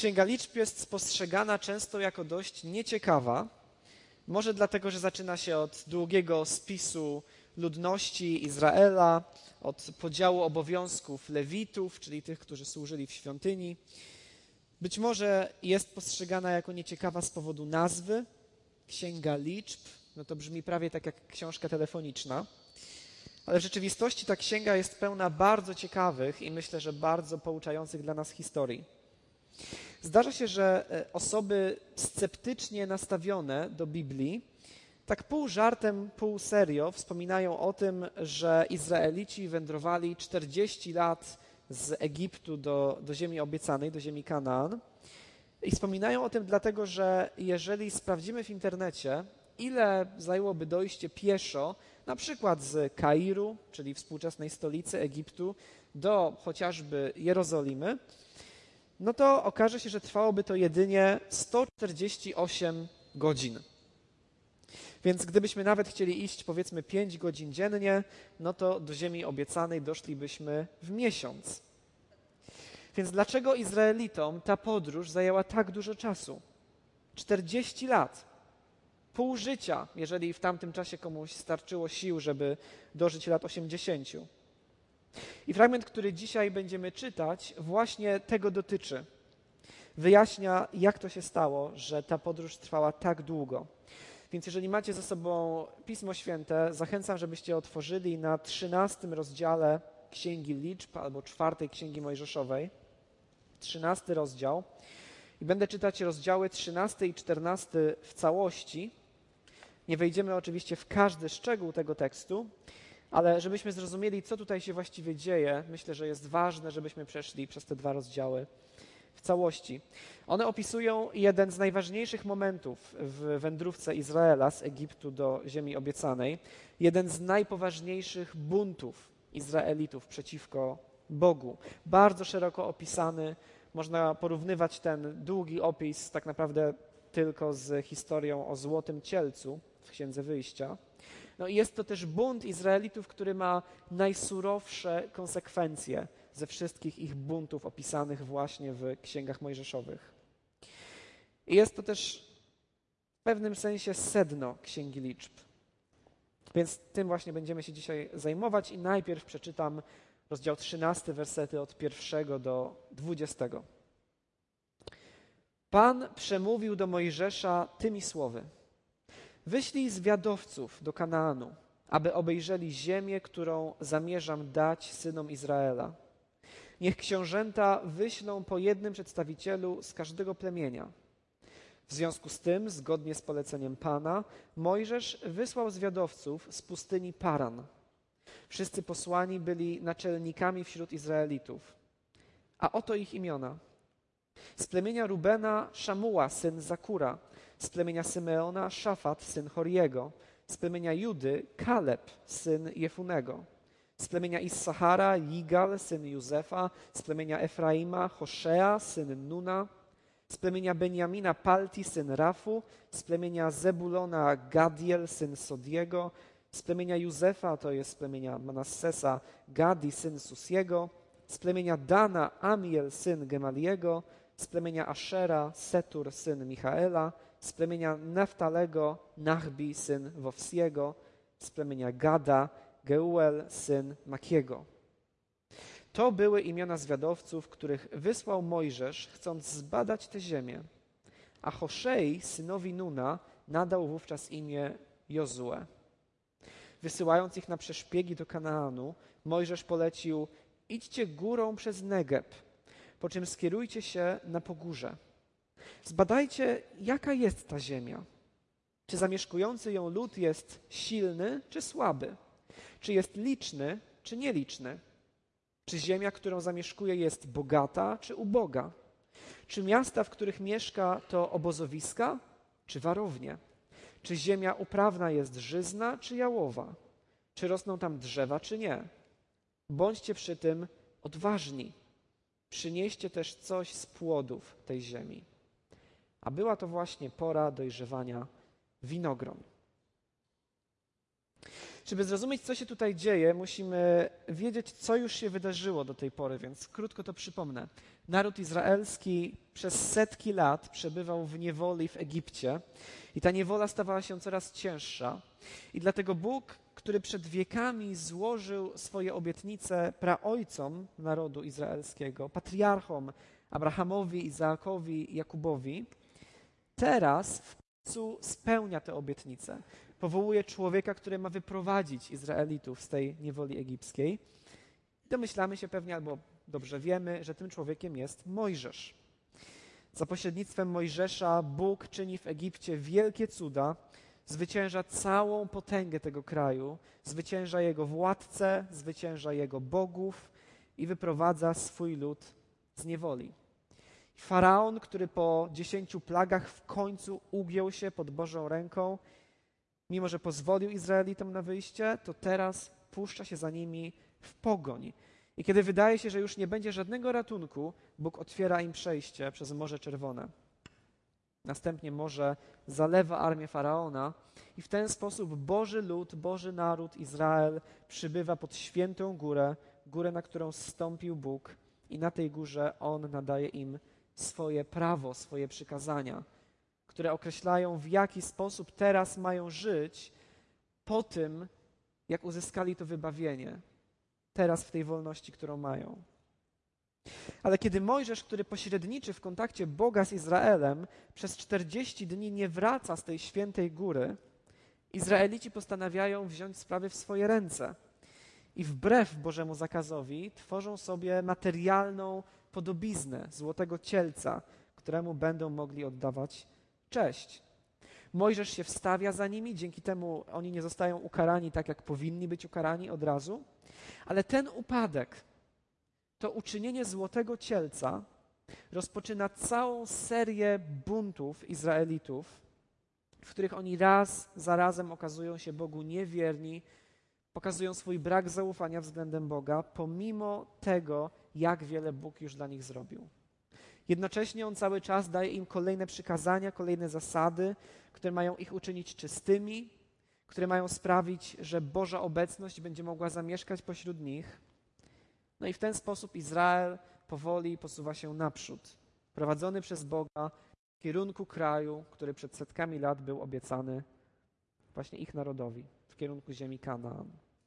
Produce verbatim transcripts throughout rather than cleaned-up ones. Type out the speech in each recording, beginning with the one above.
Księga Liczb jest spostrzegana często jako dość nieciekawa, może dlatego, że zaczyna się od długiego spisu ludności Izraela, od podziału obowiązków Lewitów, czyli tych, którzy służyli w świątyni. Być może jest postrzegana jako nieciekawa z powodu nazwy. Księga Liczb, no to brzmi prawie tak jak książka telefoniczna. Ale w rzeczywistości ta księga jest pełna bardzo ciekawych i myślę, że bardzo pouczających dla nas historii. Zdarza się, że osoby sceptycznie nastawione do Biblii tak pół żartem, pół serio wspominają o tym, że Izraelici wędrowali czterdzieści lat z Egiptu do, do ziemi obiecanej, do ziemi Kanaan. I wspominają o tym dlatego, że jeżeli sprawdzimy w internecie, ile zajęłoby dojście pieszo, na przykład z Kairu, czyli współczesnej stolicy Egiptu, do chociażby Jerozolimy, no to okaże się, że trwałoby to jedynie sto czterdzieści osiem godzin. Więc gdybyśmy nawet chcieli iść powiedzmy pięć godzin dziennie, no to do ziemi obiecanej doszlibyśmy w miesiąc. Więc dlaczego Izraelitom ta podróż zajęła tak dużo czasu? czterdzieści lat. Pół życia, jeżeli w tamtym czasie komuś starczyło sił, żeby dożyć lat osiemdziesięciu. I fragment, który dzisiaj będziemy czytać, właśnie tego dotyczy. Wyjaśnia, jak to się stało, że ta podróż trwała tak długo. Więc jeżeli macie ze sobą Pismo Święte, zachęcam, żebyście otworzyli na trzynastym rozdziale Księgi Liczb albo czwartej Księgi Mojżeszowej. Trzynasty rozdział. I będę czytać rozdziały trzynasty i czternasty w całości. Nie wejdziemy oczywiście w każdy szczegół tego tekstu, ale żebyśmy zrozumieli, co tutaj się właściwie dzieje, myślę, że jest ważne, żebyśmy przeszli przez te dwa rozdziały w całości. One opisują jeden z najważniejszych momentów w wędrówce Izraela z Egiptu do ziemi obiecanej, jeden z najpoważniejszych buntów Izraelitów przeciwko Bogu. Bardzo szeroko opisany, można porównywać ten długi opis tak naprawdę tylko z historią o złotym cielcu w Księdze Wyjścia. No i jest to też bunt Izraelitów, który ma najsurowsze konsekwencje ze wszystkich ich buntów opisanych właśnie w Księgach Mojżeszowych. I jest to też w pewnym sensie sedno Księgi Liczb. Więc tym właśnie będziemy się dzisiaj zajmować i najpierw przeczytam rozdział trzynasty, wersety od pierwszego do dwudziestego. Pan przemówił do Mojżesza tymi słowy. Wyślij zwiadowców do Kanaanu, aby obejrzeli ziemię, którą zamierzam dać synom Izraela. Niech książęta wyślą po jednym przedstawicielu z każdego plemienia. W związku z tym, zgodnie z poleceniem Pana, Mojżesz wysłał zwiadowców z pustyni Paran. Wszyscy posłani byli naczelnikami wśród Izraelitów. A oto ich imiona. Z plemienia Rubena Szamuła, syn Zakura. Z plemienia Symeona Szafat, syn Horiego. Z plemienia Judy Kaleb, syn Jefunego. Z plemienia Issachara Jigal, syn Józefa. Z plemienia Efraima Hoszea, syn Nuna. Z plemienia Benjamina Palti, syn Rafu. Z plemienia Zebulona Gadiel, syn Sodiego. Z plemienia Józefa, to jest z plemienia Manassesa, Gadi, syn Susiego. Z plemienia Dana Amiel, syn Gemaliego. Z plemienia Ashera Setur, syn Michaela. Z plemienia Neftalego Nachbi, syn Wowsiego. Z plemienia Gada Geuel, syn Makiego. To były imiona zwiadowców, których wysłał Mojżesz, chcąc zbadać tę ziemię. A Hoszei, synowi Nuna, nadał wówczas imię Jozue. Wysyłając ich na przeszpiegi do Kanaanu, Mojżesz polecił: idźcie górą przez Negeb, po czym skierujcie się na pogórze. Zbadajcie, jaka jest ta ziemia. Czy zamieszkujący ją lud jest silny czy słaby? Czy jest liczny czy nieliczny? Czy ziemia, którą zamieszkuje, jest bogata czy uboga? Czy miasta, w których mieszka, to obozowiska czy warownie? Czy ziemia uprawna jest żyzna czy jałowa? Czy rosną tam drzewa czy nie? Bądźcie przy tym odważni. Przynieście też coś z płodów tej ziemi. A była to właśnie pora dojrzewania winogron. Żeby zrozumieć, co się tutaj dzieje, musimy wiedzieć, co już się wydarzyło do tej pory, więc krótko to przypomnę. Naród izraelski przez setki lat przebywał w niewoli w Egipcie i ta niewola stawała się coraz cięższa. I dlatego Bóg, który przed wiekami złożył swoje obietnice praojcom narodu izraelskiego, patriarchom Abrahamowi, Izaakowi, Jakubowi, teraz w końcu spełnia te obietnice. Powołuje człowieka, który ma wyprowadzić Izraelitów z tej niewoli egipskiej. Domyślamy się pewnie, albo dobrze wiemy, że tym człowiekiem jest Mojżesz. Za pośrednictwem Mojżesza Bóg czyni w Egipcie wielkie cuda, zwycięża całą potęgę tego kraju, zwycięża jego władcę, zwycięża jego bogów i wyprowadza swój lud z niewoli. Faraon, który po dziesięciu plagach w końcu ugiął się pod Bożą ręką, mimo że pozwolił Izraelitom na wyjście, to teraz puszcza się za nimi w pogoń. I kiedy wydaje się, że już nie będzie żadnego ratunku, Bóg otwiera im przejście przez Morze Czerwone. Następnie morze zalewa armię Faraona i w ten sposób Boży lud, Boży naród, Izrael przybywa pod świętą górę, górę, na którą zstąpił Bóg i na tej górze On nadaje im swoje prawo, swoje przykazania, które określają, w jaki sposób teraz mają żyć po tym, jak uzyskali to wybawienie, teraz w tej wolności, którą mają. Ale kiedy Mojżesz, który pośredniczy w kontakcie Boga z Izraelem, przez czterdzieści dni nie wraca z tej świętej góry, Izraelici postanawiają wziąć sprawy w swoje ręce i wbrew Bożemu zakazowi tworzą sobie materialną podobiznę złotego cielca, któremu będą mogli oddawać cześć. Mojżesz się wstawia za nimi, dzięki temu oni nie zostają ukarani tak, jak powinni być ukarani od razu, ale ten upadek, to uczynienie złotego cielca rozpoczyna całą serię buntów Izraelitów, w których oni raz za razem okazują się Bogu niewierni, pokazują swój brak zaufania względem Boga, pomimo tego, jak wiele Bóg już dla nich zrobił. Jednocześnie On cały czas daje im kolejne przykazania, kolejne zasady, które mają ich uczynić czystymi, które mają sprawić, że Boża obecność będzie mogła zamieszkać pośród nich. No i w ten sposób Izrael powoli posuwa się naprzód, prowadzony przez Boga w kierunku kraju, który przed setkami lat był obiecany właśnie ich narodowi, w kierunku ziemi Kanaan.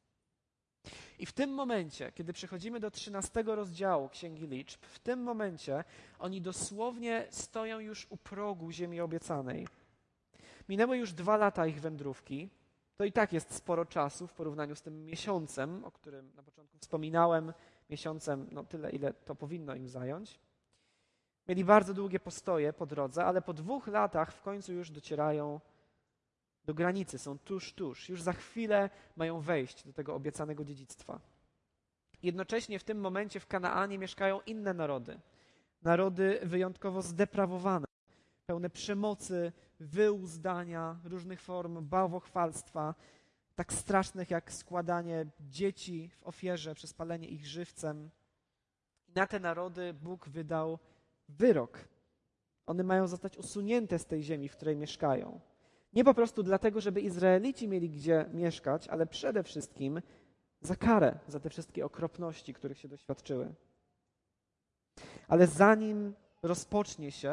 I w tym momencie, kiedy przechodzimy do trzynastego rozdziału Księgi Liczb, w tym momencie oni dosłownie stoją już u progu ziemi obiecanej. Minęły już dwa lata ich wędrówki. To i tak jest sporo czasu w porównaniu z tym miesiącem, o którym na początku wspominałem, miesiącem, no tyle, ile to powinno im zająć. Mieli bardzo długie postoje po drodze, ale po dwóch latach w końcu już docierają do granicy, są tuż, tuż. Już za chwilę mają wejść do tego obiecanego dziedzictwa. Jednocześnie w tym momencie w Kanaanie mieszkają inne narody. Narody wyjątkowo zdeprawowane, pełne przemocy, wyuzdania, różnych form bałwochwalstwa, tak strasznych jak składanie dzieci w ofierze przez palenie ich żywcem. I na te narody Bóg wydał wyrok. One mają zostać usunięte z tej ziemi, w której mieszkają. Nie po prostu dlatego, żeby Izraelici mieli gdzie mieszkać, ale przede wszystkim za karę, za te wszystkie okropności, których się doświadczyły. Ale zanim rozpocznie się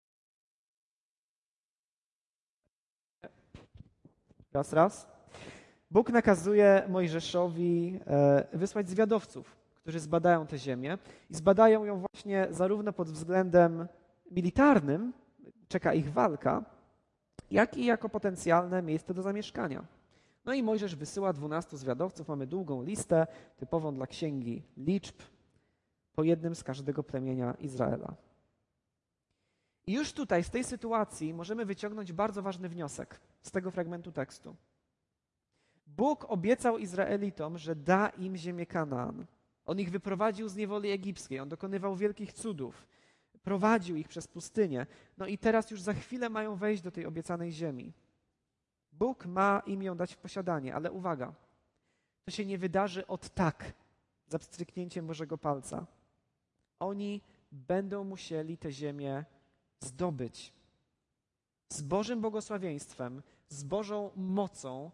raz, raz, Bóg nakazuje Mojżeszowi wysłać zwiadowców, którzy zbadają tę ziemię i zbadają ją właśnie zarówno pod względem militarnym, czeka ich walka, jak i jako potencjalne miejsce do zamieszkania. No i Mojżesz wysyła dwunastu zwiadowców, mamy długą listę, typową dla Księgi Liczb, po jednym z każdego plemienia Izraela. I już tutaj, z tej sytuacji, możemy wyciągnąć bardzo ważny wniosek z tego fragmentu tekstu. Bóg obiecał Izraelitom, że da im ziemię Kanaan. On ich wyprowadził z niewoli egipskiej, on dokonywał wielkich cudów, prowadził ich przez pustynię. No i teraz już za chwilę mają wejść do tej obiecanej ziemi. Bóg ma im ją dać w posiadanie, ale uwaga, to się nie wydarzy od tak, za pstryknięciem Bożego palca. Oni będą musieli tę ziemię zdobyć. Z Bożym błogosławieństwem, z Bożą mocą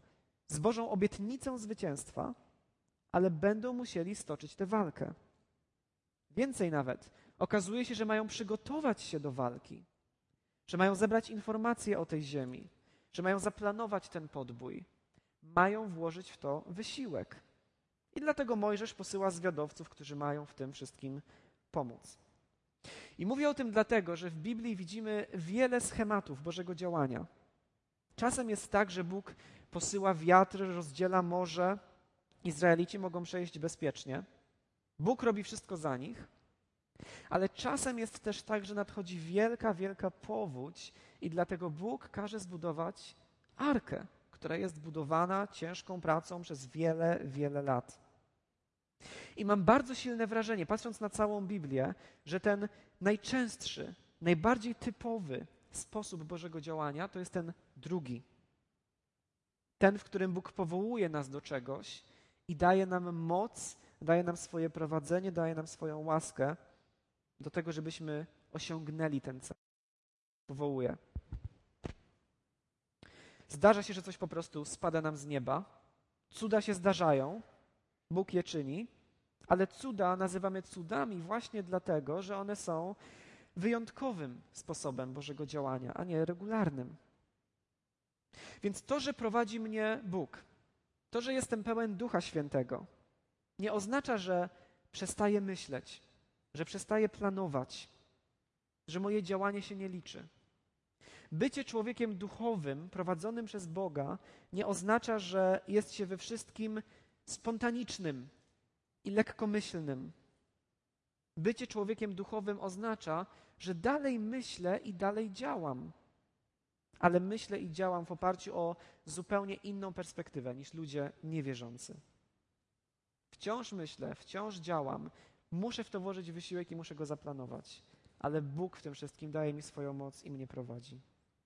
z Bożą obietnicą zwycięstwa, ale będą musieli stoczyć tę walkę. Więcej nawet, okazuje się, że mają przygotować się do walki, że mają zebrać informacje o tej ziemi, że mają zaplanować ten podbój, mają włożyć w to wysiłek. I dlatego Mojżesz posyła zwiadowców, którzy mają w tym wszystkim pomóc. I mówię o tym dlatego, że w Biblii widzimy wiele schematów Bożego działania. Czasem jest tak, że Bóg posyła wiatr, rozdziela morze, Izraelici mogą przejść bezpiecznie. Bóg robi wszystko za nich, ale czasem jest też tak, że nadchodzi wielka, wielka powódź i dlatego Bóg każe zbudować arkę, która jest budowana ciężką pracą przez wiele, wiele lat. I mam bardzo silne wrażenie, patrząc na całą Biblię, że ten najczęstszy, najbardziej typowy sposób Bożego działania to jest ten drugi. Ten, w którym Bóg powołuje nas do czegoś i daje nam moc, daje nam swoje prowadzenie, daje nam swoją łaskę do tego, żebyśmy osiągnęli ten cel. Powołuje. Zdarza się, że coś po prostu spada nam z nieba. Cuda się zdarzają, Bóg je czyni, ale cuda nazywamy cudami właśnie dlatego, że one są wyjątkowym sposobem Bożego działania, a nie regularnym. Więc to, że prowadzi mnie Bóg, to, że jestem pełen Ducha Świętego, nie oznacza, że przestaję myśleć, że przestaję planować, że moje działanie się nie liczy. Bycie człowiekiem duchowym, prowadzonym przez Boga, nie oznacza, że jest się we wszystkim spontanicznym i lekkomyślnym. Bycie człowiekiem duchowym oznacza, że dalej myślę i dalej działam. Ale myślę i działam w oparciu o zupełnie inną perspektywę niż ludzie niewierzący. Wciąż myślę, wciąż działam, muszę w to włożyć wysiłek i muszę go zaplanować. Ale Bóg w tym wszystkim daje mi swoją moc i mnie prowadzi.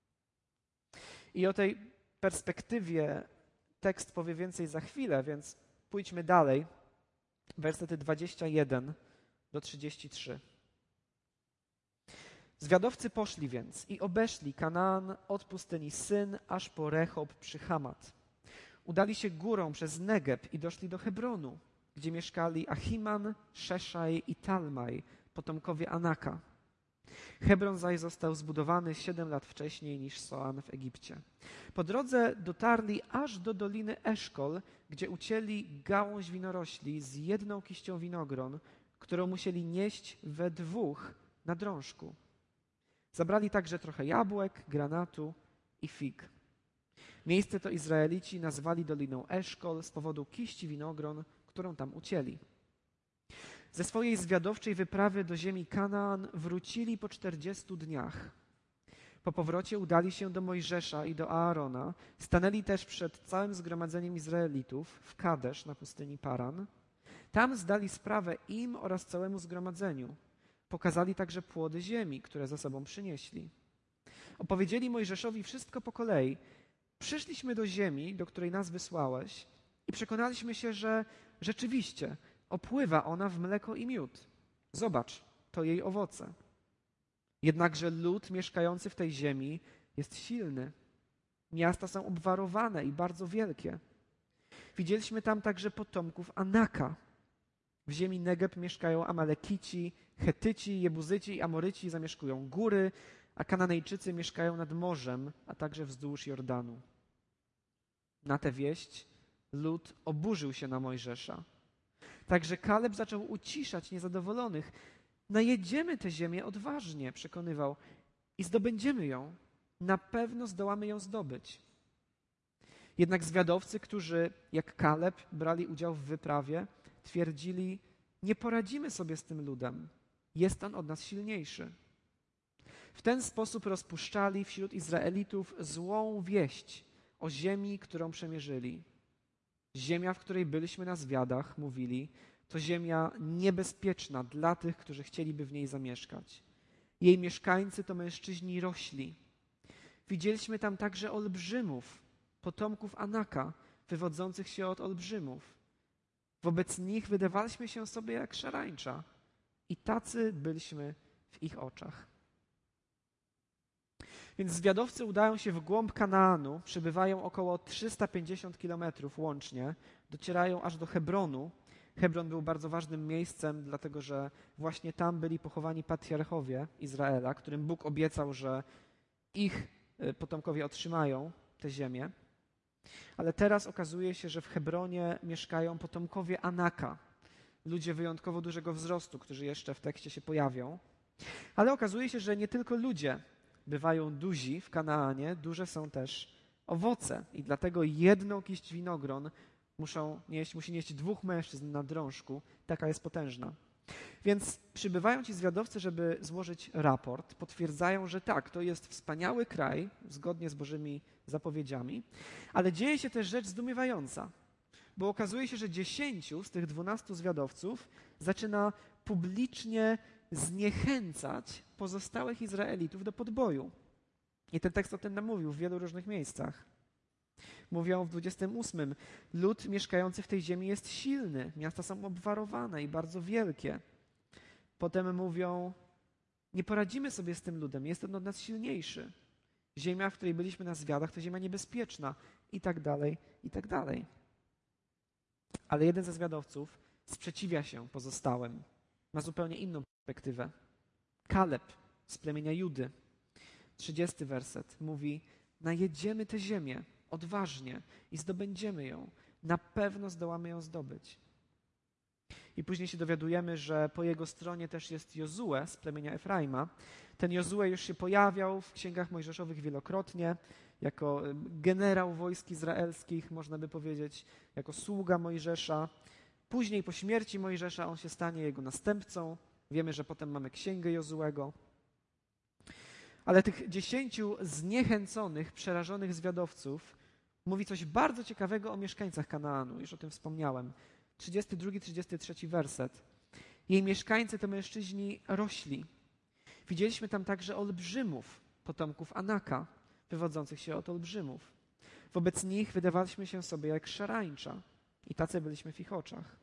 I o tej perspektywie tekst powie więcej za chwilę, więc pójdźmy dalej. Wersety dwadzieścia jeden do trzydziestu trzech. Zwiadowcy poszli więc i obeszli Kanaan od pustyni Syn aż po Rechob przy Hamat. Udali się górą przez Negeb i doszli do Hebronu, gdzie mieszkali Achiman, Szeszaj i Talmaj, potomkowie Anaka. Hebron zaś został zbudowany siedem lat wcześniej niż Soan w Egipcie. Po drodze dotarli aż do doliny Eszkol, gdzie ucięli gałąź winorośli z jedną kiścią winogron, którą musieli nieść we dwóch na drążku. Zabrali także trochę jabłek, granatu i fig. Miejsce to Izraelici nazwali doliną Eszkol z powodu kiści winogron, którą tam ucięli. Ze swojej zwiadowczej wyprawy do ziemi Kanaan wrócili po czterdziestu dniach. Po powrocie udali się do Mojżesza i do Aarona, stanęli też przed całym zgromadzeniem Izraelitów w Kadesz na pustyni Paran. Tam zdali sprawę im oraz całemu zgromadzeniu. Pokazali także płody ziemi, które za sobą przynieśli. Opowiedzieli Mojżeszowi wszystko po kolei. Przyszliśmy do ziemi, do której nas wysłałeś i przekonaliśmy się, że rzeczywiście opływa ona w mleko i miód. Zobacz, to jej owoce. Jednakże lud mieszkający w tej ziemi jest silny. Miasta są obwarowane i bardzo wielkie. Widzieliśmy tam także potomków Anaka. W ziemi Negeb mieszkają Amalekici, Chetyci, Jebuzyci i Amoryci zamieszkują góry, a Kananejczycy mieszkają nad morzem, a także wzdłuż Jordanu. Na tę wieść lud oburzył się na Mojżesza. Także Kaleb zaczął uciszać niezadowolonych. Najedziemy tę ziemię odważnie, przekonywał, i zdobędziemy ją. Na pewno zdołamy ją zdobyć. Jednak zwiadowcy, którzy jak Kaleb brali udział w wyprawie, twierdzili, nie poradzimy sobie z tym ludem. Jest on od nas silniejszy. W ten sposób rozpuszczali wśród Izraelitów złą wieść o ziemi, którą przemierzyli. Ziemia, w której byliśmy na zwiadach, mówili, to ziemia niebezpieczna dla tych, którzy chcieliby w niej zamieszkać. Jej mieszkańcy to mężczyźni rośli. Widzieliśmy tam także olbrzymów, potomków Anaka, wywodzących się od olbrzymów. Wobec nich wydawaliśmy się sobie jak szarańcza i tacy byliśmy w ich oczach. Więc zwiadowcy udają się w głąb Kanaanu, przebywają około trzysta pięćdziesiąt kilometrów łącznie, docierają aż do Hebronu. Hebron był bardzo ważnym miejscem, dlatego że właśnie tam byli pochowani patriarchowie Izraela, którym Bóg obiecał, że ich potomkowie otrzymają tę ziemię. Ale teraz okazuje się, że w Hebronie mieszkają potomkowie Anaka, ludzie wyjątkowo dużego wzrostu, którzy jeszcze w tekście się pojawią. Ale okazuje się, że nie tylko ludzie bywają duzi w Kanaanie, duże są też owoce. I dlatego jedną kiść winogron muszą nieść, musi nieść dwóch mężczyzn na drążku. Taka jest potężna. Więc przybywają ci zwiadowcy, żeby złożyć raport. Potwierdzają, że tak, to jest wspaniały kraj, zgodnie z Bożymi zapowiedziami, ale dzieje się też rzecz zdumiewająca, bo okazuje się, że dziesięciu z tych dwunastu zwiadowców zaczyna publicznie zniechęcać pozostałych Izraelitów do podboju. I ten tekst o tym nam mówił w wielu różnych miejscach. Mówią w dwudziestym ósmym, lud mieszkający w tej ziemi jest silny, miasta są obwarowane i bardzo wielkie. Potem mówią, nie poradzimy sobie z tym ludem, jest on od nas silniejszy. Ziemia, w której byliśmy na zwiadach, to ziemia niebezpieczna i tak dalej, i tak dalej. Ale jeden ze zwiadowców sprzeciwia się pozostałym. Ma zupełnie inną perspektywę. Kaleb z plemienia Judy, trzydziesty werset, mówi, najedziemy tę ziemię odważnie i zdobędziemy ją. Na pewno zdołamy ją zdobyć. I później się dowiadujemy, że po jego stronie też jest Jozue z plemienia Efraima. Ten Jozue już się pojawiał w księgach mojżeszowych wielokrotnie, jako generał wojsk izraelskich, można by powiedzieć, jako sługa Mojżesza. Później po śmierci Mojżesza on się stanie jego następcą. Wiemy, że potem mamy księgę Jozuego. Ale tych dziesięciu zniechęconych, przerażonych zwiadowców mówi coś bardzo ciekawego o mieszkańcach Kanaanu. Już o tym wspomniałem. trzydziesty drugi trzydziesty trzeci werset. Jej mieszkańcy to mężczyźni rośli. Widzieliśmy tam także olbrzymów, potomków Anaka, wywodzących się od olbrzymów. Wobec nich wydawaliśmy się sobie jak szarańcza i tacy byliśmy w ich oczach.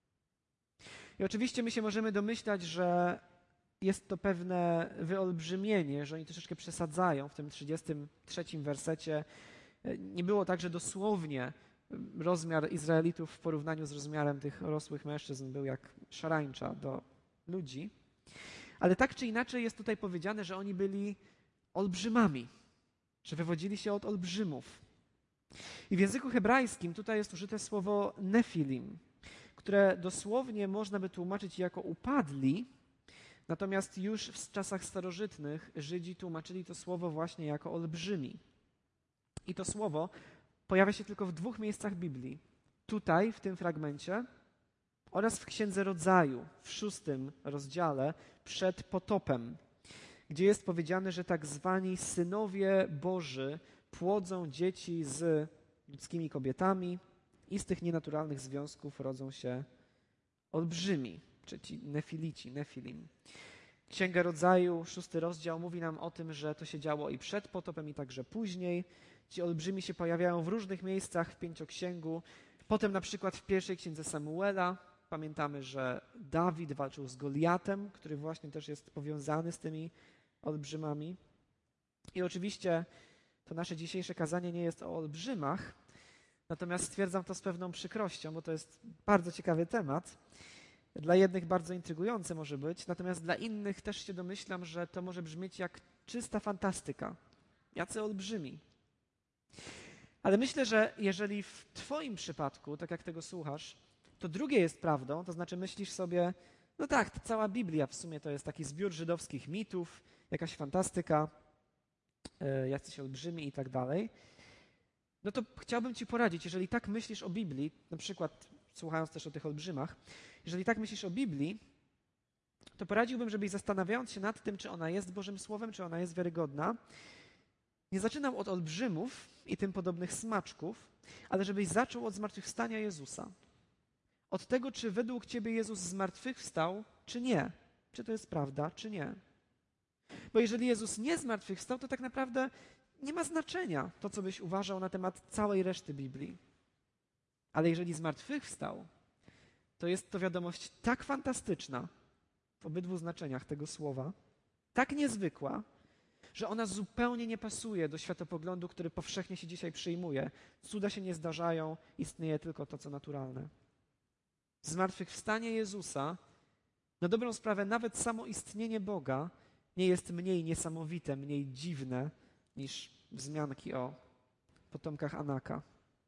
I oczywiście my się możemy domyślać, że jest to pewne wyolbrzymienie, że oni troszeczkę przesadzają w tym trzydziestym trzecim wersecie. Nie było tak, że dosłownie rozmiar Izraelitów w porównaniu z rozmiarem tych rosłych mężczyzn był jak szarańcza do ludzi. Ale tak czy inaczej jest tutaj powiedziane, że oni byli olbrzymami, że wywodzili się od olbrzymów. I w języku hebrajskim tutaj jest użyte słowo nefilim, które dosłownie można by tłumaczyć jako upadli, natomiast już w czasach starożytnych Żydzi tłumaczyli to słowo właśnie jako olbrzymi. I to słowo pojawia się tylko w dwóch miejscach Biblii. Tutaj, w tym fragmencie oraz w Księdze Rodzaju, w szóstym rozdziale, przed potopem, gdzie jest powiedziane, że tak zwani synowie Boży płodzą dzieci z ludzkimi kobietami i z tych nienaturalnych związków rodzą się olbrzymi, czy ci nefilici, nefilim. Księga Rodzaju, szósty rozdział, mówi nam o tym, że to się działo i przed potopem, i także później. Ci olbrzymi się pojawiają w różnych miejscach w Pięcioksięgu. Potem na przykład w pierwszej księdze Samuela pamiętamy, że Dawid walczył z Goliatem, który właśnie też jest powiązany z tymi olbrzymami. I oczywiście to nasze dzisiejsze kazanie nie jest o olbrzymach, natomiast stwierdzam to z pewną przykrością, bo to jest bardzo ciekawy temat. Dla jednych bardzo intrygujący może być, natomiast dla innych też się domyślam, że to może brzmieć jak czysta fantastyka. Jacy olbrzymi. Ale myślę, że jeżeli w twoim przypadku, tak jak tego słuchasz, to drugie jest prawdą, to znaczy myślisz sobie, no tak, ta cała Biblia w sumie to jest taki zbiór żydowskich mitów, jakaś fantastyka, yy, jacyś olbrzymi i tak dalej, no to chciałbym ci poradzić, jeżeli tak myślisz o Biblii, na przykład słuchając też o tych olbrzymach, jeżeli tak myślisz o Biblii, to poradziłbym, żebyś zastanawiając się nad tym, czy ona jest Bożym Słowem, czy ona jest wiarygodna, nie zaczynał od olbrzymów i tym podobnych smaczków, ale żebyś zaczął od zmartwychwstania Jezusa. Od tego, czy według ciebie Jezus zmartwychwstał, czy nie. Czy to jest prawda, czy nie. Bo jeżeli Jezus nie zmartwychwstał, to tak naprawdę nie ma znaczenia to, co byś uważał na temat całej reszty Biblii. Ale jeżeli zmartwychwstał, to jest to wiadomość tak fantastyczna w obydwu znaczeniach tego słowa, tak niezwykła, że ona zupełnie nie pasuje do światopoglądu, który powszechnie się dzisiaj przyjmuje. Cuda się nie zdarzają, istnieje tylko to, co naturalne. Zmartwychwstanie Jezusa, na dobrą sprawę nawet samo istnienie Boga nie jest mniej niesamowite, mniej dziwne niż wzmianki o potomkach Anaka.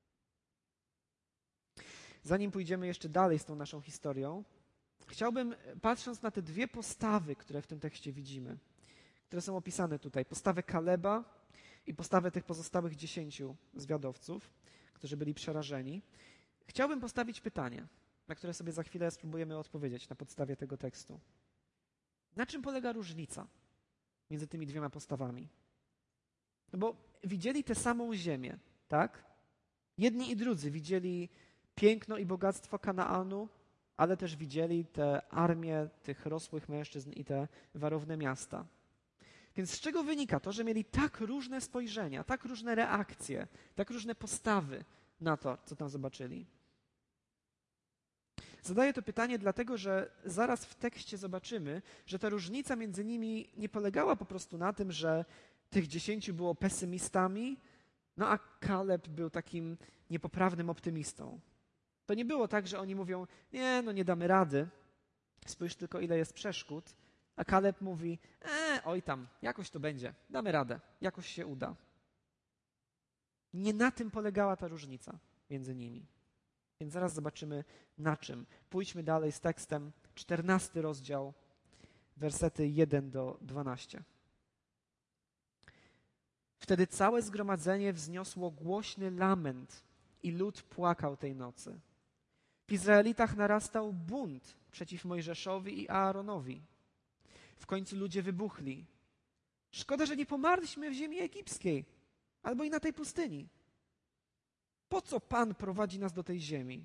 Zanim pójdziemy jeszcze dalej z tą naszą historią, chciałbym, patrząc na te dwie postawy, które w tym tekście widzimy, które są opisane tutaj, postawę Kaleba i postawę tych pozostałych dziesięciu zwiadowców, którzy byli przerażeni, chciałbym postawić pytanie, na które sobie za chwilę spróbujemy odpowiedzieć na podstawie tego tekstu. Na czym polega różnica między tymi dwiema postawami? No bo widzieli tę samą ziemię, tak? Jedni i drudzy widzieli piękno i bogactwo Kanaanu, ale też widzieli tę armię tych rosłych mężczyzn i te warowne miasta. Więc z czego wynika to, że mieli tak różne spojrzenia, tak różne reakcje, tak różne postawy na to, co tam zobaczyli? Zadaję to pytanie dlatego, że zaraz w tekście zobaczymy, że ta różnica między nimi nie polegała po prostu na tym, że tych dziesięciu było pesymistami, no a Kaleb był takim niepoprawnym optymistą. To nie było tak, że oni mówią, nie, no nie damy rady, spójrz tylko ile jest przeszkód, a Kaleb mówi, e, oj tam, jakoś to będzie, damy radę, jakoś się uda. Nie na tym polegała ta różnica między nimi. Więc zaraz zobaczymy na czym. Pójdźmy dalej z tekstem, czternasty rozdział, wersety jeden do dwunastu. Wtedy całe zgromadzenie wzniosło głośny lament i lud płakał tej nocy. W Izraelitach narastał bunt przeciw Mojżeszowi i Aaronowi. W końcu ludzie wybuchli. Szkoda, że nie pomarliśmy w ziemi egipskiej, albo i na tej pustyni. Po co Pan prowadzi nas do tej ziemi?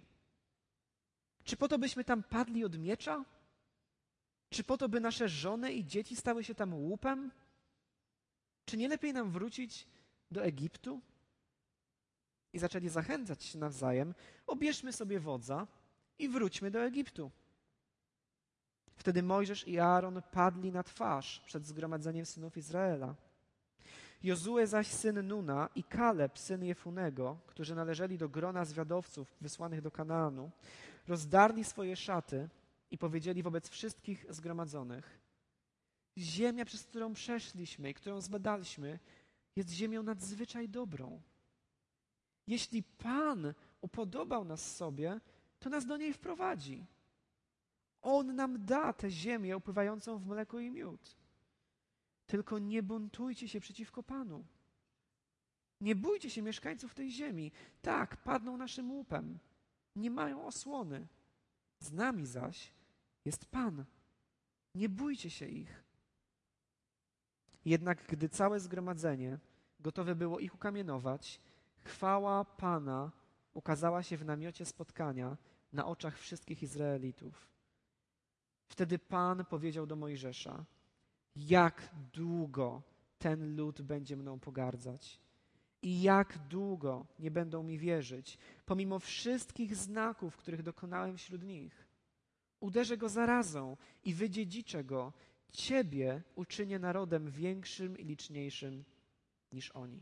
Czy po to, byśmy tam padli od miecza? Czy po to, by nasze żony i dzieci stały się tam łupem? Czy nie lepiej nam wrócić do Egiptu? I zaczęli zachęcać się nawzajem, obierzmy sobie wodza i wróćmy do Egiptu. Wtedy Mojżesz i Aaron padli na twarz przed zgromadzeniem synów Izraela. Jozue zaś syn Nuna i Kaleb syn Jefunego, którzy należeli do grona zwiadowców wysłanych do Kanaanu, rozdarli swoje szaty i powiedzieli wobec wszystkich zgromadzonych: ziemia, przez którą przeszliśmy i którą zbadaliśmy, jest ziemią nadzwyczaj dobrą. Jeśli Pan upodobał nas sobie, to nas do niej wprowadzi. On nam da tę ziemię upływającą w mleko i miód. Tylko nie buntujcie się przeciwko Panu. Nie bójcie się mieszkańców tej ziemi. Tak, padną naszym łupem. Nie mają osłony. Z nami zaś jest Pan. Nie bójcie się ich. Jednak gdy całe zgromadzenie gotowe było ich ukamienować, chwała Pana ukazała się w namiocie spotkania na oczach wszystkich Izraelitów. Wtedy Pan powiedział do Mojżesza: jak długo ten lud będzie mną pogardzać i jak długo nie będą mi wierzyć, pomimo wszystkich znaków, których dokonałem wśród nich. Uderzę go zarazą i wydziedziczę go. Ciebie uczynię narodem większym i liczniejszym niż oni.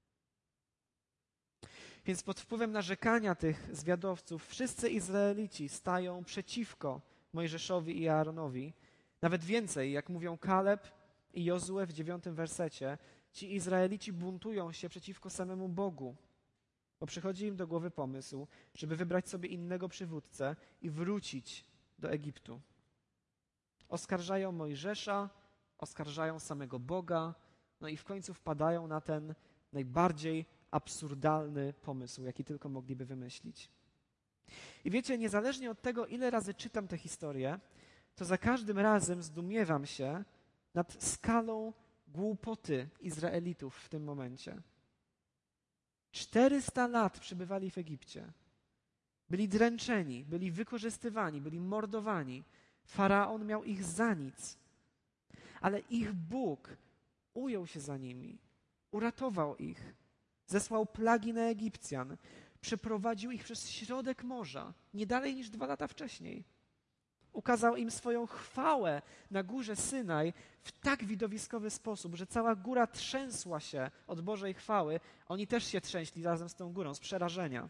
Więc pod wpływem narzekania tych zwiadowców wszyscy Izraelici stają przeciwko Mojżeszowi i Aaronowi. Nawet więcej, jak mówią Kaleb i Jozue w dziewiątym wersecie, ci Izraelici buntują się przeciwko samemu Bogu, bo przychodzi im do głowy pomysł, żeby wybrać sobie innego przywódcę i wrócić do Egiptu. Oskarżają Mojżesza, oskarżają samego Boga, no i w końcu wpadają na ten najbardziej absurdalny pomysł, jaki tylko mogliby wymyślić. I wiecie, niezależnie od tego, ile razy czytam tę historię, to za każdym razem zdumiewam się nad skalą głupoty Izraelitów w tym momencie. czterysta lat przebywali w Egipcie. Byli dręczeni, byli wykorzystywani, byli mordowani. Faraon miał ich za nic. Ale ich Bóg ujął się za nimi, uratował ich, zesłał plagi na Egipcjan, przeprowadził ich przez środek morza, nie dalej niż dwa lata wcześniej. Ukazał im swoją chwałę na górze Synaj w tak widowiskowy sposób, że cała góra trzęsła się od Bożej chwały. Oni też się trzęśli razem z tą górą, z przerażenia.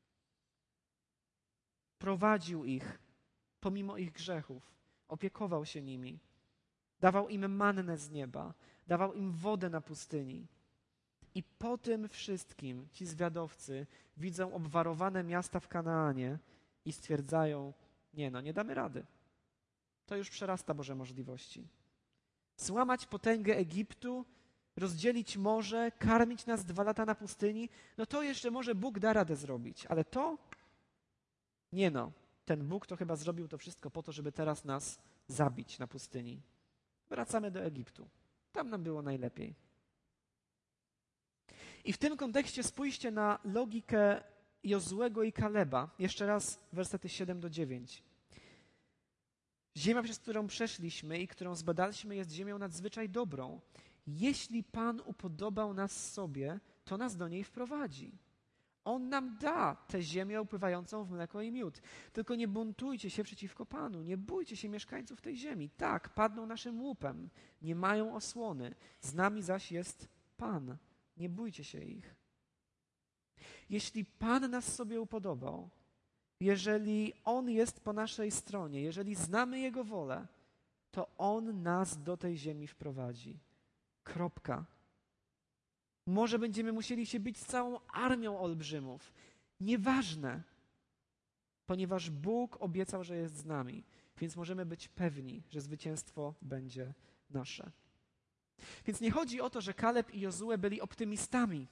Prowadził ich pomimo ich grzechów, opiekował się nimi, dawał im mannę z nieba, dawał im wodę na pustyni. I po tym wszystkim ci zwiadowcy widzą obwarowane miasta w Kanaanie i stwierdzają, nie no, nie damy rady. To już przerasta Boże możliwości. Złamać potęgę Egiptu, rozdzielić morze, karmić nas dwa lata na pustyni, no to jeszcze może Bóg da radę zrobić, ale to? Nie no, ten Bóg to chyba zrobił to wszystko po to, żeby teraz nas zabić na pustyni. Wracamy do Egiptu. Tam nam było najlepiej. I w tym kontekście spójrzcie na logikę Jozuego i Kaleba. Jeszcze raz wersety siedem do dziewięć. Ziemia, przez którą przeszliśmy i którą zbadaliśmy, jest ziemią nadzwyczaj dobrą. Jeśli Pan upodobał nas sobie, to nas do niej wprowadzi. On nam da tę ziemię upływającą w mleko i miód. Tylko nie buntujcie się przeciwko Panu, nie bójcie się mieszkańców tej ziemi. Tak, padną naszym łupem, nie mają osłony, z nami zaś jest Pan. Nie bójcie się ich. Jeśli Pan nas sobie upodobał, jeżeli On jest po naszej stronie, jeżeli znamy Jego wolę, to On nas do tej ziemi wprowadzi. Kropka. Może będziemy musieli się bić z całą armią olbrzymów. Nieważne, ponieważ Bóg obiecał, że jest z nami, więc możemy być pewni, że zwycięstwo będzie nasze. Więc nie chodzi o to, że Kaleb i Jozue byli optymistami,